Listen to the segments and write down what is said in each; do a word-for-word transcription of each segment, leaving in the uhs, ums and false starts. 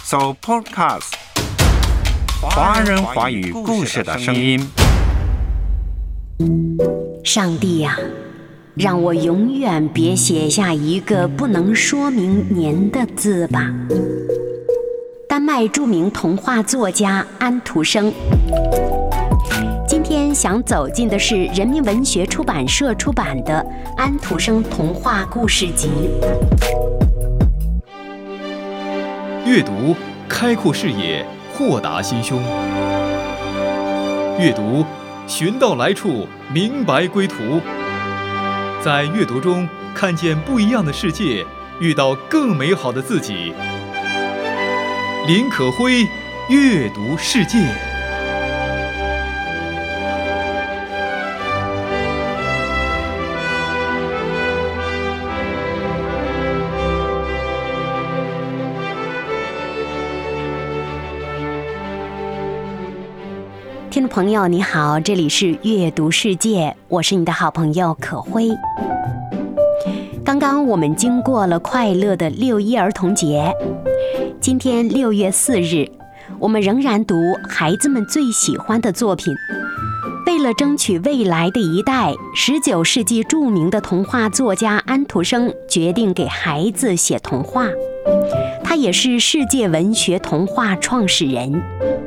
So Podcast， 华人华语故事的声音。 上帝呀、啊，让我永远别写下一个不能说明您的字吧。丹麦著名童话作家安徒生。今天想走进的是人民文学出版社出版的安徒生童话故事集。 阅读开阔视野，豁达心胸。阅读寻到来处，明白归途。在阅读中看见不一样的世界，遇到更美好的自己。林可辉阅读世界。 听众朋友你好，这里是阅读世界，我是你的好朋友可辉。刚刚我们经过了快乐的六一儿童节，今天六月四日，我们仍然读孩子们最喜欢的作品。为了争取未来的一代，十九世纪著名的童话作家安徒生决定给孩子写童话，他也是世界文学童话创始人。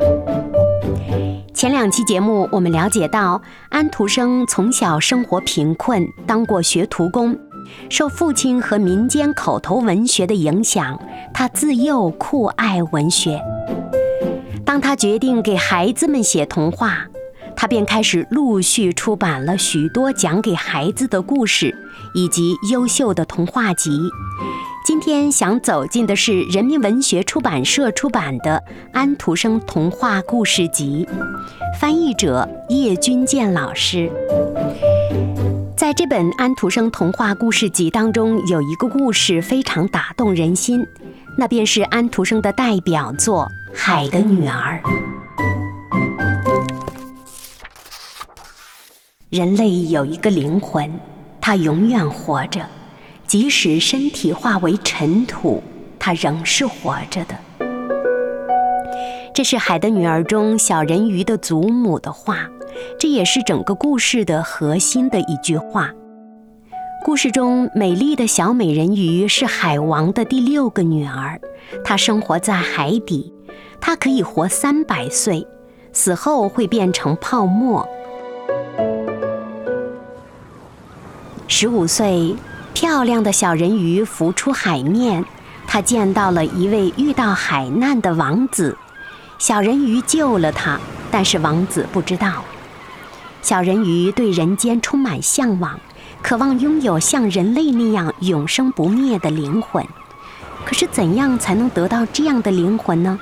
前两期节目我们了解到，安徒生从小生活贫困，当过学徒工，受父亲和民间口头文学的影响，他自幼酷爱文学。当他决定给孩子们写童话，他便开始陆续出版了许多讲给孩子的故事以及优秀的童话集。今天想走进的是人民文学出版社出版的安徒生童话故事集，翻译者叶君健老师。在这本安徒生童话故事集当中，有一个故事非常打动人心，那便是安徒生的代表作《海的女儿》。人类有一个灵魂，它永远活着，即使身体化为尘土，它仍是活着的。这是《海的女儿》中小人鱼的祖母的话，这也是整个故事的核心的一句话。故事中美丽的小美人鱼是海王的第六个女儿，她生活在海底，她可以活三百岁，死后会变成泡沫。十五岁，漂亮的小人鱼浮出海面，她见到了一位遇到海难的王子。小人鱼救了他，但是王子不知道。小人鱼对人间充满向往，渴望拥有像人类那样永生不灭的灵魂。可是怎样才能得到这样的灵魂呢？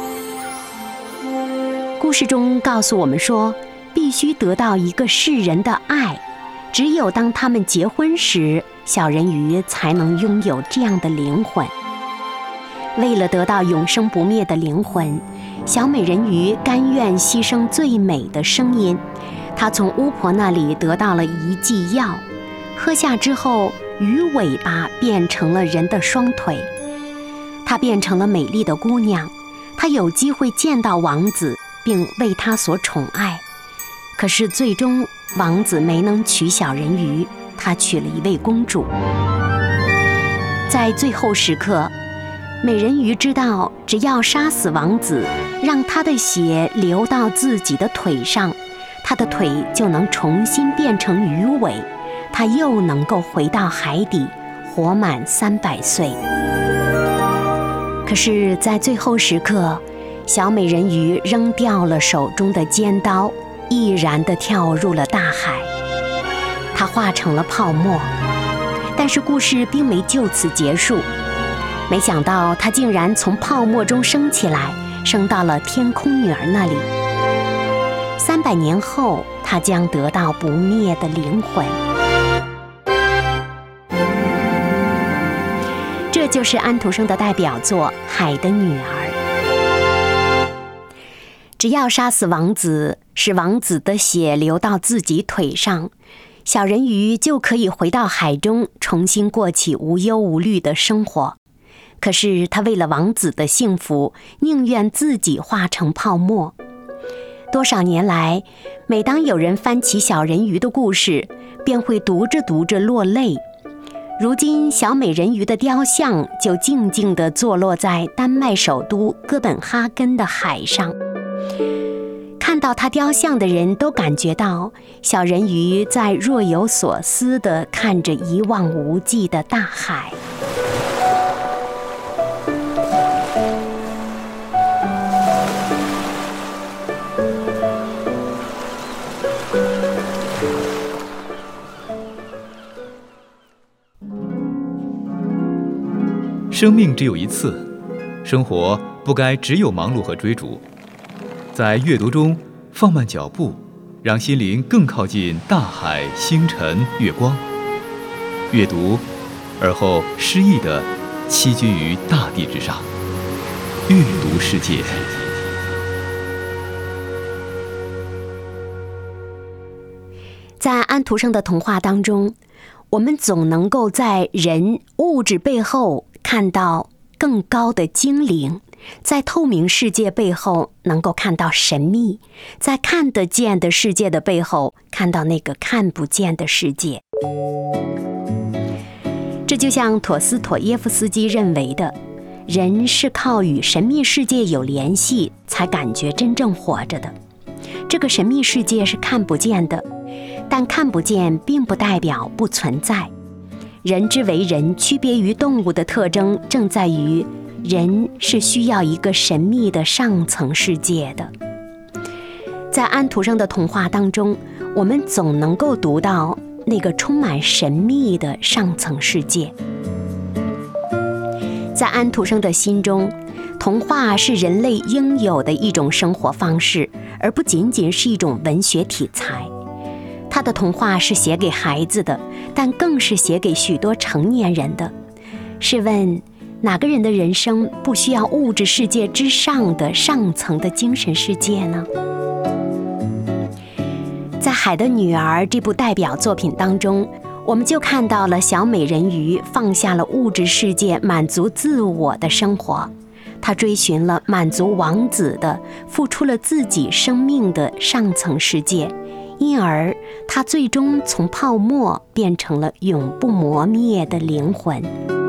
故事中告诉我们说，必须得到一个世人的爱，只有当他们结婚时，小人鱼才能拥有这样的灵魂。为了得到永生不灭的灵魂，小美人鱼甘愿牺牲最美的声音。她从巫婆那里得到了一剂药，喝下之后，鱼尾巴变成了人的双腿。她变成了美丽的姑娘，她有机会见到王子，并为他所宠爱。可是最终，王子没能娶小人鱼，他娶了一位公主。在最后时刻，美人鱼知道，只要杀死王子，让他的血流到自己的腿上，他的腿就能重新变成鱼尾，他又能够回到海底，活满三百岁。可是在最后时刻，小美人鱼扔掉了手中的尖刀，毅然地跳入了大海，她化成了泡沫。但是故事并没就此结束，没想到她竟然从泡沫中升起来，升到了天空女儿那里。三百年后，她将得到不灭的灵魂。这就是安徒生的代表作《海的女儿》。只要杀死王子，使王子的血流到自己腿上，小人鱼就可以回到海中，重新过起无忧无虑的生活。 可是他为了王子的幸福，宁愿自己化成泡沫。多少年来，每当有人翻起小人鱼的故事，便会读着读着落泪。如今小美人鱼的雕像就静静地坐落在丹麦首都哥本哈根的海上，看到她雕像的人都感觉到小人鱼在若有所思地看着一望无际的大海。 生命只有一次，生活不该只有忙碌和追逐。在阅读中放慢脚步，让心灵更靠近大海、星辰、月光。阅读，而后诗意地栖居于大地之上。阅读世界。 在安徒生的童话当中，我们总能够在人物质背后看到更高的精灵，在透明世界背后能够看到神秘，在看得见的世界的背后看到那个看不见的世界。这就像陀思妥耶夫斯基认为的，人是靠与神秘世界有联系才感觉真正活着的。这个神秘世界是看不见的，但看不见并不代表不存在。人之为人区别于动物的特征正在于，人是需要一个神秘的上层世界的。在安徒生的童话当中，我们总能够读到那个充满神秘的上层世界。在安徒生的心中，童话是人类应有的一种生活方式，而不仅仅是一种文学题材。他的童话是写给孩子的，但更是写给许多成年人的。试问，哪个人的人生不需要物质世界之上的上层的精神世界呢？在《海的女儿》这部代表作品当中，我们就看到了小美人鱼放下了物质世界，满足自我的生活。她追寻了满足王子的，付出了自己生命的上层世界，因而她最终从泡沫变成了永不磨灭的灵魂。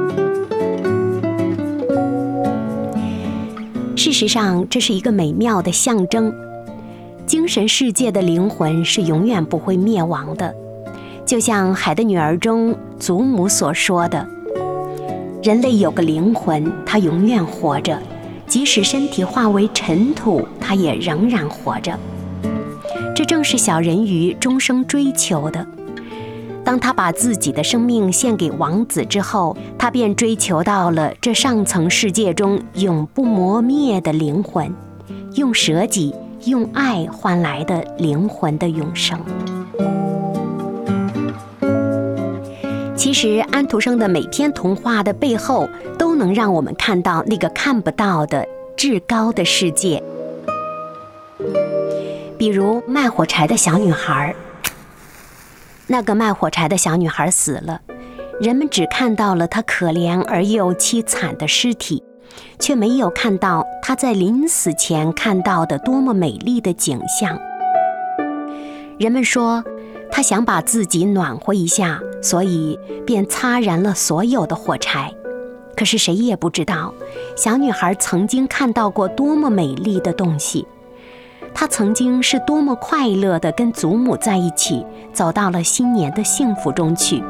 事实上，这是一个美妙的象征。精神世界的灵魂是永远不会灭亡的，就像《海的女儿》中祖母所说的，人类有个灵魂，它永远活着，即使身体化为尘土，它也仍然活着。这正是小人鱼终生追求的。当他把自己的生命献给王子之后，他便追求到了这上层世界中永不磨灭的灵魂，用舍己用爱换来的灵魂的永生。其实安徒生的每篇童话的背后都能让我们看到那个看不到的至高的世界。比如卖火柴的小女孩，那个卖火柴的小女孩死了，人们只看到了她可怜而又凄惨的尸体，却没有看到她在临死前看到的多么美丽的景象。人们说她想把自己暖和一下，所以便擦燃了所有的火柴。可是谁也不知道，小女孩曾经看到过多么美丽的东西。她曾经是多么快乐地跟祖母在一起，走到了新年的幸福中去。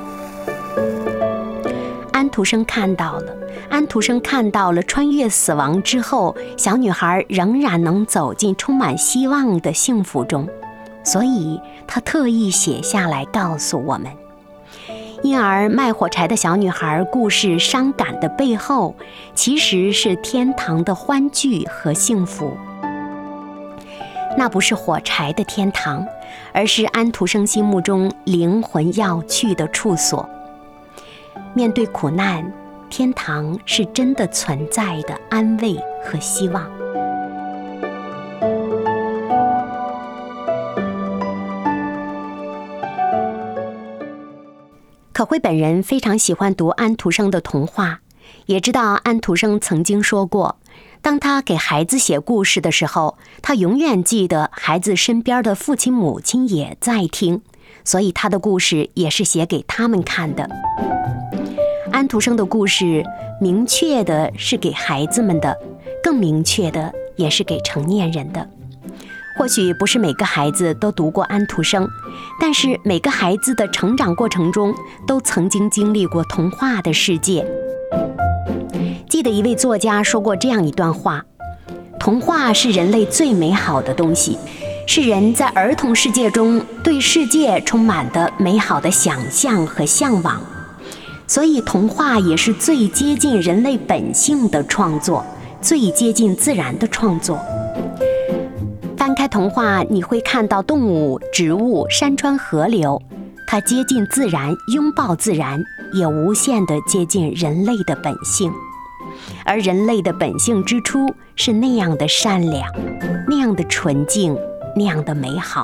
安徒生看到了，安徒生看到了穿越死亡之后，小女孩仍然能走进充满希望的幸福中，所以他特意写下来告诉我们。因而卖火柴的小女孩故事伤感的背后，其实是天堂的欢聚和幸福。那不是火柴的天堂，而是安徒生心目中灵魂要去的处所。面对苦难，天堂是真的存在的安慰和希望。可慧本人非常喜欢读安徒生的童话， 也知道安徒生曾经说过，当他给孩子写故事的时候，他永远记得孩子身边的父亲母亲也在听，所以他的故事也是写给他们看的。安徒生的故事明确的是给孩子们的，更明确的也是给成年人的。或许不是每个孩子都读过安徒生，但是每个孩子的成长过程中都曾经经历过童话的世界。记得一位作家说过这样一段话：童话是人类最美好的东西，是人在儿童世界中对世界充满的美好的想象和向往。所以童话也是最接近人类本性的创作，最接近自然的创作。翻开童话，你会看到动物、植物、山川、河流，它接近自然，拥抱自然，也无限地接近人类的本性。而人类的本性之初是那样的善良，那样的纯净，那样的美好。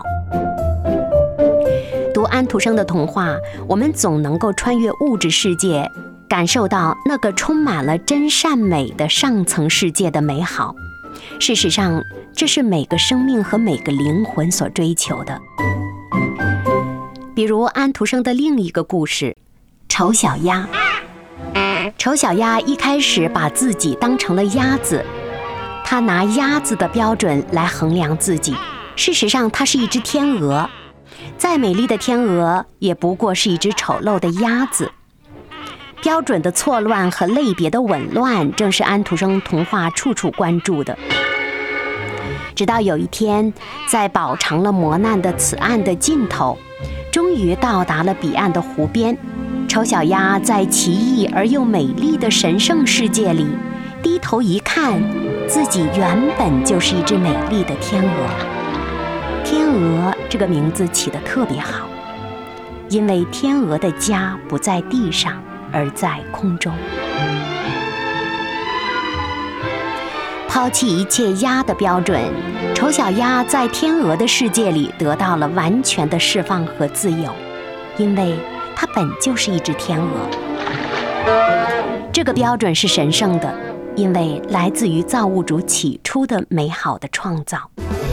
读安徒生的童话，我们总能够穿越物质世界，感受到那个充满了真善美的上层世界的美好。事实上，这是每个生命和每个灵魂所追求的。比如安徒生的另一个故事《丑小鸭》。丑小鸭一开始把自己当成了鸭子，他拿鸭子的标准来衡量自己。事实上，它是一只天鹅，再美丽的天鹅也不过是一只丑陋的鸭子。标准的错乱和类别的紊乱，正是安徒生童话处处关注的。直到有一天，在饱尝了磨难的此岸的尽头，终于到达了彼岸的湖边。丑小鸭在奇异而又美丽的神圣世界里，低头一看，自己原本就是一只美丽的天鹅。天鹅这个名字起得特别好，因为天鹅的家不在地上，而在空中。抛弃一切鸭的标准，丑小鸭在天鹅的世界里得到了完全的释放和自由，因为它本就是一只天鹅。这个标准是神圣的，因为来自于造物主起初的美好的创造。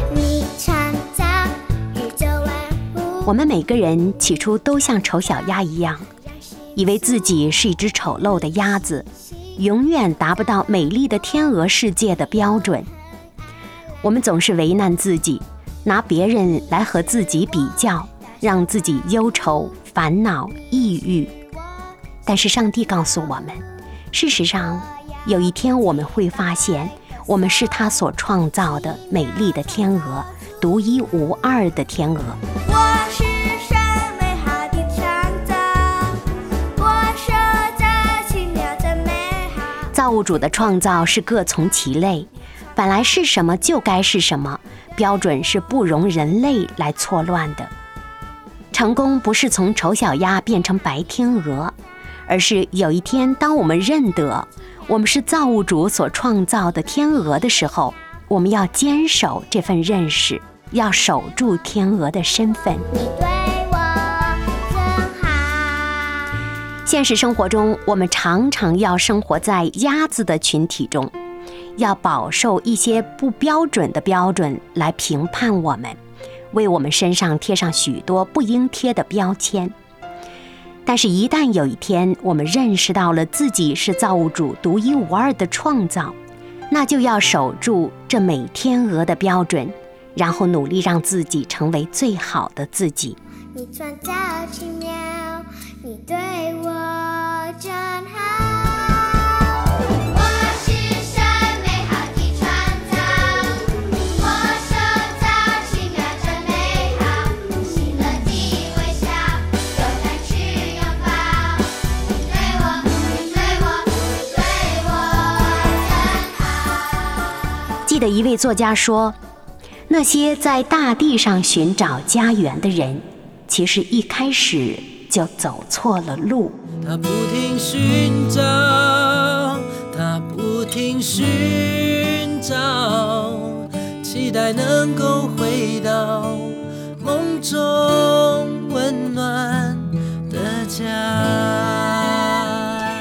我们每个人起初都像丑小鸭一样，以为自己是一只丑陋的鸭子，永远达不到美丽的天鹅世界的标准。我们总是为难自己，拿别人来和自己比较，让自己忧愁、烦恼、抑郁。但是上帝告诉我们，事实上，有一天我们会发现，我们是他所创造的美丽的天鹅，独一无二的天鹅。 我是神美好的创造，我受造奇妙的美好。 造物主的创造是各从其类，本来是什么就该是什么，标准是不容人类来错乱的。成功不是从丑小鸭变成白天鹅，而是有一天当我们认得我们是造物主所创造的天鹅的时候，我们要坚守这份认识，要守住天鹅的身份。 你对我真好。 现实生活中，我们常常要生活在鸭子的群体中，要饱受一些不标准的标准来评判我们，为我们身上贴上许多不应贴的标签。但是一旦有一天我们认识到了自己是造物主独一无二的创造，那就要守住这美天鹅的标准，然后努力让自己成为最好的自己。 你创造奇妙，你对我真好。我是神美好的创造，我受造奇妙真美好，喜乐的微笑，勇敢去拥抱。你对我，你对我，你对我真好。 记得一位作家说，那些在大地上寻找家园的人，其实一开始就走错了路。 他不停寻找，他不停寻找，期待能够回到梦中温暖的家。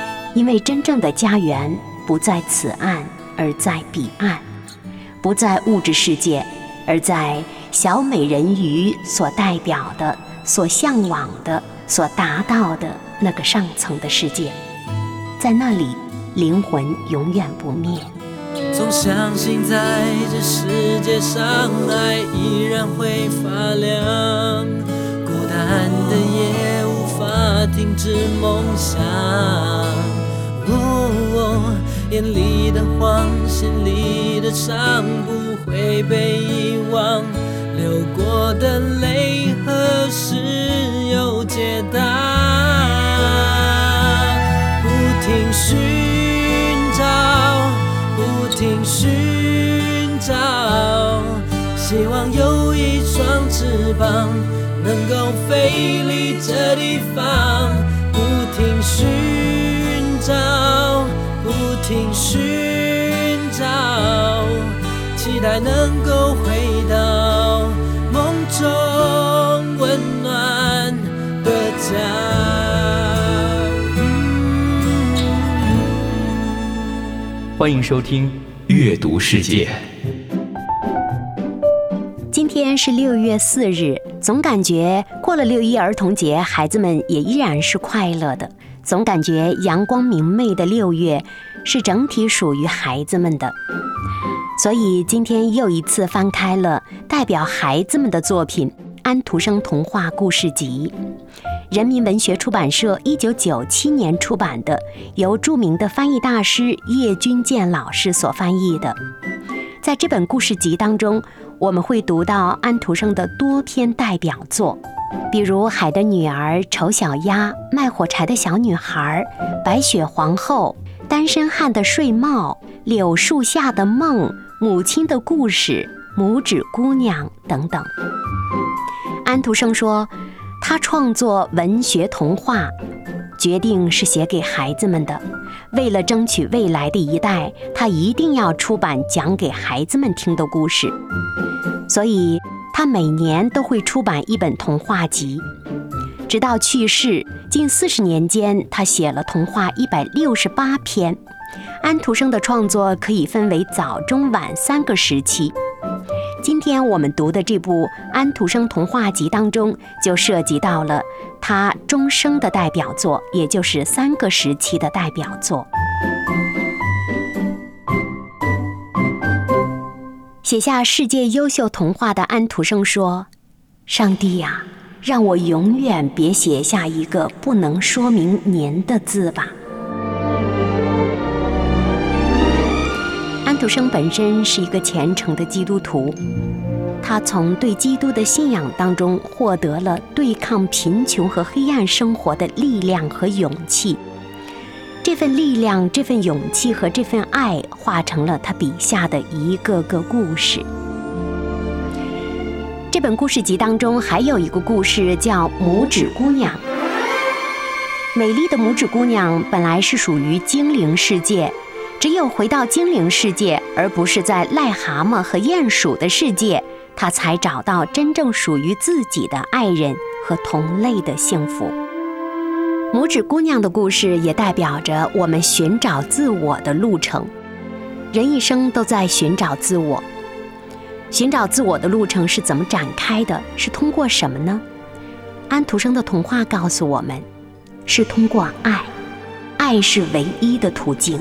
因为真正的家园不在此岸，而在彼岸，不在物质世界，而在小美人鱼所代表的、所向往的、所达到的那个上层的世界。在那里，灵魂永远不灭。 总相信在这世界上，爱依然会发亮，孤单的夜无法停止梦想。哦，眼里的慌，心里的伤，不会被遗忘，流过的泪何时有解答？不停寻找，不停寻找，希望有一双翅膀能够飞离这地方。不停寻找，不停寻找，期待能够回到梦中温暖的家。 欢迎收听阅读世界。 今天是六月四日，总感觉过了六一儿童节，孩子们也依然是快乐的。总感觉阳光明媚的六月是整体属于孩子们的。所以今天又一次翻开了代表孩子们的作品《安徒生童话故事集》，人民文学出版社一九九七年出版的，由著名的翻译大师叶君健老师所翻译的。在这本故事集当中，我们会读到安徒生的多篇代表作，比如《海的女儿》、《丑小鸭》、《卖火柴的小女孩》、《白雪皇后》、《单身汉的睡帽》、《柳树下的梦》、《母亲的故事》、《拇指姑娘》等等。安徒生说，他创作文学童话决定是写给孩子们的，为了争取未来的一代，他一定要出版讲给孩子们听的故事，所以他每年都会出版一本童话集。直到去世近四十年间，他写了童话一百六十八篇。安徒生的创作可以分为早中晚三个时期。今天我们读的这部安徒生童话集当中，就涉及到了他终生的代表作，也就是三个时期的代表作。写下世界优秀童话的安徒生说，上帝呀，让我永远别写下一个不能说明您的字吧。安徒生本身是一个虔诚的基督徒，他从对基督的信仰当中获得了对抗贫穷和黑暗生活的力量和勇气。这份力量、这份勇气和这份爱化成了他笔下的一个个故事。这本故事集当中还有一个故事叫《拇指姑娘》。美丽的拇指姑娘本来是属于精灵世界，只有回到精灵世界，而不是在癞蛤蟆和鼹鼠的世界，她才找到真正属于自己的爱人和同类的幸福。拇指姑娘的故事也代表着我们寻找自我的路程。人一生都在寻找自我，寻找自我的路程是怎么展开的？是通过什么呢？安徒生的童话告诉我们，是通过爱，爱是唯一的途径。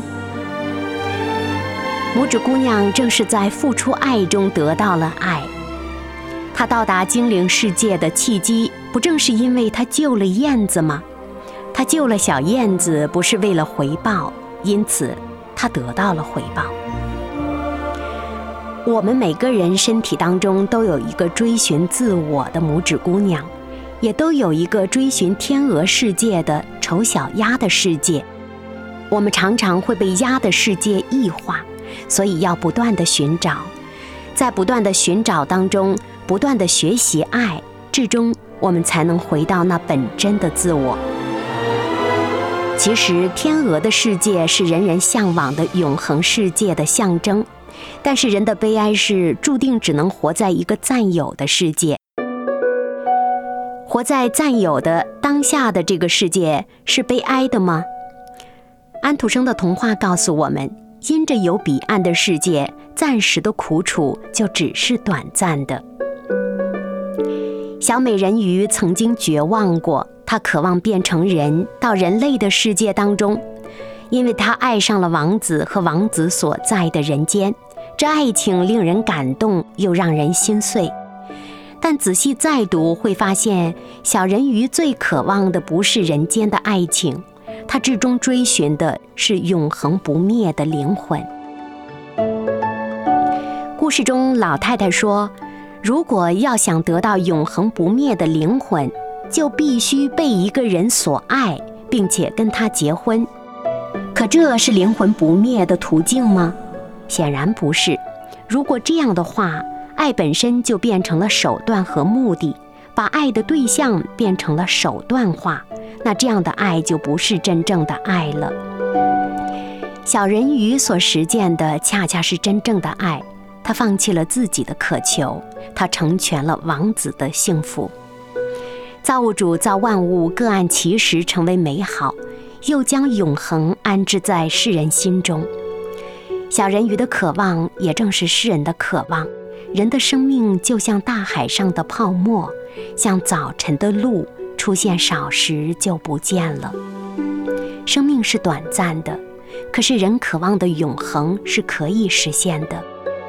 拇指姑娘正是在付出爱中得到了爱。她到达精灵世界的契机，不正是因为她救了燕子吗？她救了小燕子，不是为了回报，因此她得到了回报。我们每个人身体当中都有一个追寻自我的拇指姑娘，也都有一个追寻天鹅世界的丑小鸭的世界。我们常常会被鸭的世界异化，所以要不断地寻找，在不断的寻找当中，不断地学习爱，至终我们才能回到那本真的自我。其实天鹅的世界是人人向往的永恒世界的象征，但是人的悲哀是注定只能活在一个暂有的世界。活在暂有的当下的这个世界是悲哀的吗？ 安徒生的童话告诉我们，因着有彼岸的世界，暂时的苦楚就只是短暂的。小美人鱼曾经绝望过，她渴望变成人，到人类的世界当中，因为她爱上了王子和王子所在的人间。这爱情令人感动，又让人心碎。但仔细再读，会发现小人鱼最渴望的不是人间的爱情，他至终追寻的是永恒不灭的灵魂。故事中，老太太说，如果要想得到永恒不灭的灵魂，就必须被一个人所爱，并且跟他结婚。可这是灵魂不灭的途径吗？显然不是。如果这样的话，爱本身就变成了手段和目的，把爱的对象变成了手段化，那这样的爱就不是真正的爱了。小人鱼所实践的恰恰是真正的爱，他放弃了自己的渴求，他成全了王子的幸福。造物主造万物各按其时成为美好，又将永恒安置在世人心中。小人鱼的渴望也正是世人的渴望。人的生命就像大海上的泡沫，像早晨的露，出现少时就不见了。生命是短暂的，可是人渴望的永恒是可以实现的。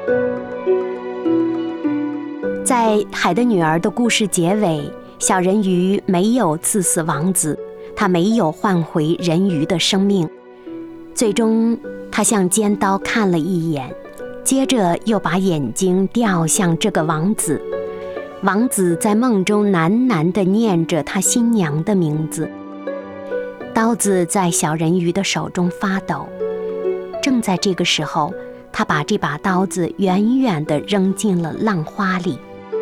在《海的女儿》的故事结尾，小人鱼没有刺死王子，他没有换回人鱼的生命。最终，他向尖刀看了一眼，接着又把眼睛掉向这个王子。王子在梦中喃喃地念着他新娘的名字。刀子在小人鱼的手中发抖。正在这个时候，他把这把刀子远远地扔进了浪花里。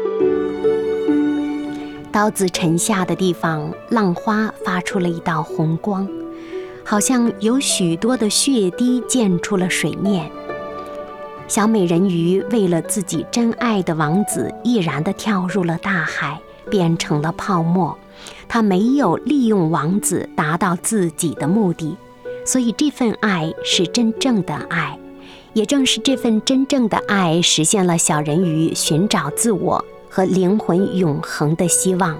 刀子沉下的地方，浪花发出了一道红光，好像有许多的血滴溅出了水面。小美人鱼为了自己真爱的王子，毅然地跳入了大海，变成了泡沫。她没有利用王子达到自己的目的，所以这份爱是真正的爱。也正是这份真正的爱，实现了小人鱼寻找自我和灵魂永恒的希望。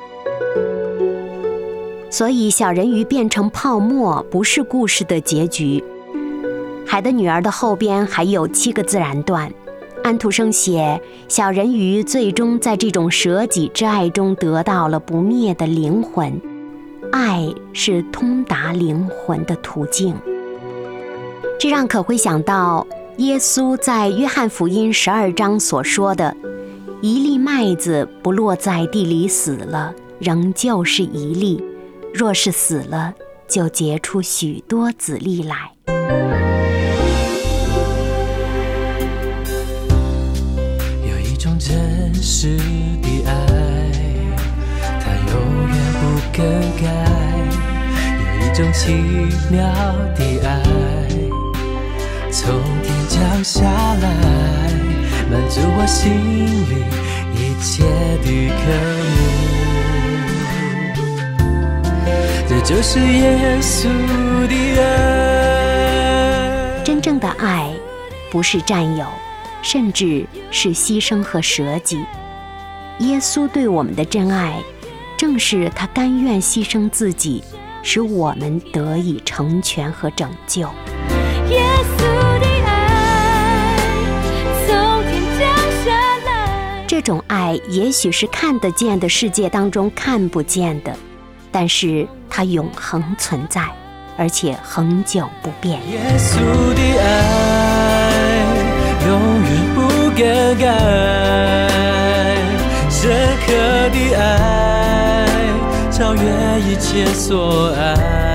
所以小人鱼变成泡沫不是故事的结局。海的女儿的后边还有七个自然段。安徒生写，小人鱼最终在这种舍己之爱中得到了不灭的灵魂。爱是通达灵魂的途径。这让可会想到耶稣在约翰福音十二章所说的，一粒麦子不落在地里死了，仍旧是一粒，若是死了，就结出许多子粒来。 有一种真实的爱，它永远不更改。有一种奇妙的爱，从天降下来，满足我心里一切的渴慕。这就是耶稣的爱。 真正的爱不是占有，甚至是牺牲和舍己。耶稣对我们的真爱，正是他甘愿牺牲自己，使我们得以成全和拯救。 耶稣的爱从天降下来。 这种爱也许是看得见的世界当中看不见的，但是它永恒存在，而且恒久不变。 耶稣的爱永远不更改，深刻的爱超越一切所爱。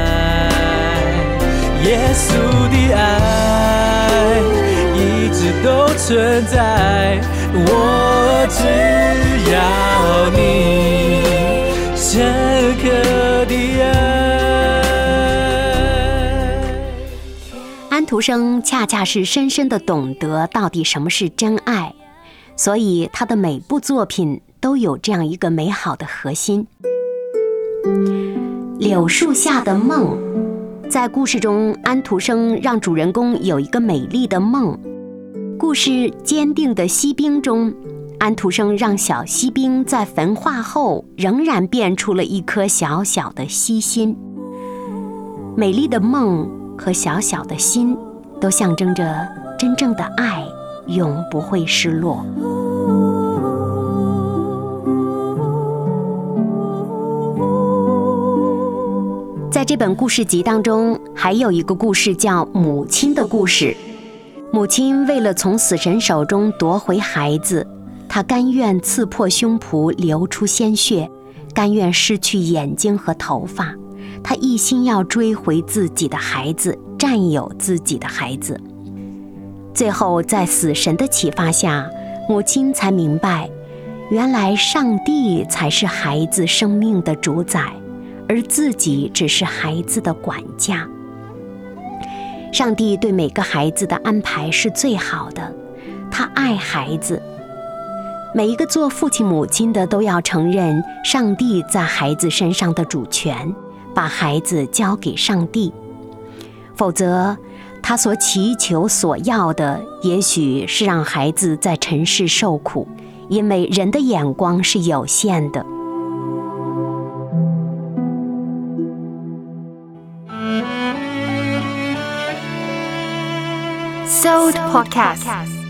耶稣的爱一直都存在，我只要你深刻的爱。 安徒生恰恰是深深地懂得到底什么是真爱，所以他的每部作品都有这样一个美好的核心。柳树下的梦在故事中，安徒生让主人公有一个美丽的梦。故事《坚定的锡兵》中，安徒生让小锡兵在焚化后仍然变出了一颗小小的锡心。美丽的梦和小小的心都象征着真正的爱永不会失落。在这本故事集当中，还有一个故事叫母亲的故事。母亲为了从死神手中夺回孩子，她甘愿刺破胸脯流出鲜血，甘愿失去眼睛和头发，她一心要追回自己的孩子，占有自己的孩子。最后在死神的启发下，母亲才明白，原来上帝才是孩子生命的主宰，而自己只是孩子的管家。上帝对每个孩子的安排是最好的，他爱孩子。每一个做父亲母亲的都要承认上帝在孩子身上的主权，把孩子交给上帝，否则他所祈求所要的也许是让孩子在尘世受苦，因为人的眼光是有限的。 Soul Podcast，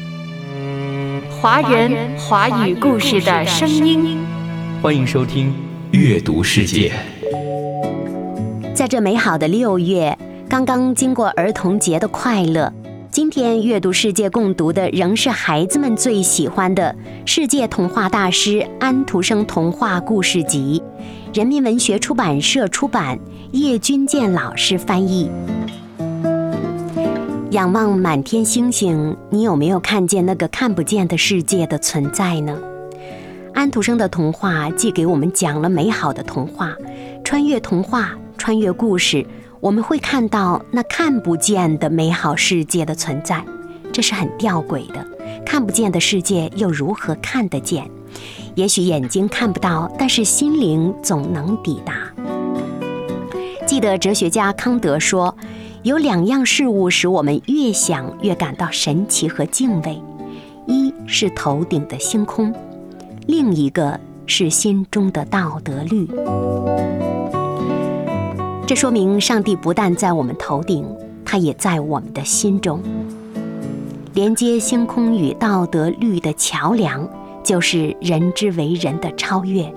华人华语故事的声音。 欢迎收听阅读世界。 在这美好的六月，刚刚经过儿童节的快乐，今天阅读世界共读的仍是孩子们最喜欢的世界童话大师安徒生童话故事集，人民文学出版社出版，叶君健老师翻译。仰望满天星星，你有没有看见那个看不见的世界的存在呢？安徒生的童话既给我们讲了美好的童话，穿越童话，穿越故事，我们会看到那看不见的美好世界的存在。这是很吊诡的，看不见的世界又如何看得见？也许眼睛看不到，但是心灵总能抵达。记得哲学家康德说，有两样事物使我们越想越感到神奇和敬畏，一是头顶的星空，另一个是心中的道德律。这说明上帝不但在我们头顶，他也在我们的心中。连接星空与道德律的桥梁，就是人之为人的超越。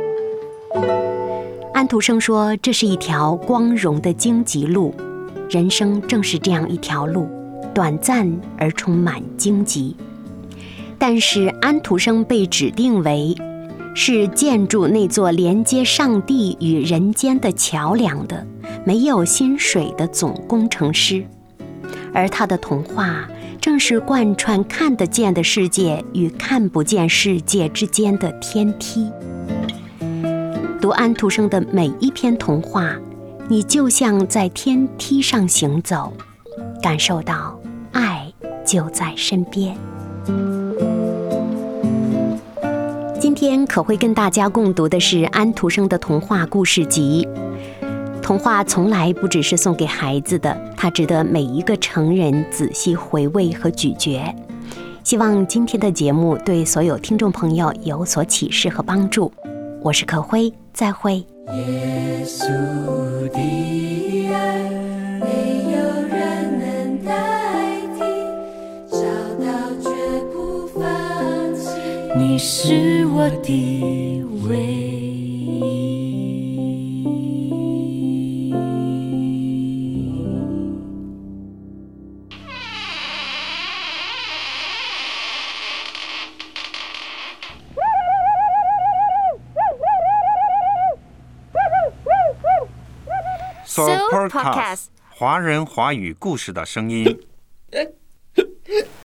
安徒生说，这是一条光荣的荆棘路，人生正是这样一条路，短暂而充满荆棘。但是安徒生被指定为是建筑那座连接上帝与人间的桥梁的没有薪水的总工程师，而他的童话正是贯穿看得见的世界与看不见世界之间的天梯。读安徒生的每一篇童话，你就像在天梯上行走，感受到爱就在身边。今天可会跟大家共读的是安徒生的童话故事集。童话从来不只是送给孩子的，它值得每一个成人仔细回味和咀嚼。希望今天的节目对所有听众朋友有所启示和帮助。我是可辉，再会。 耶稣的爱没有人能代替，找到绝不放弃，你是我的唯一。 Soul Podcast， 华人华语故事的声音。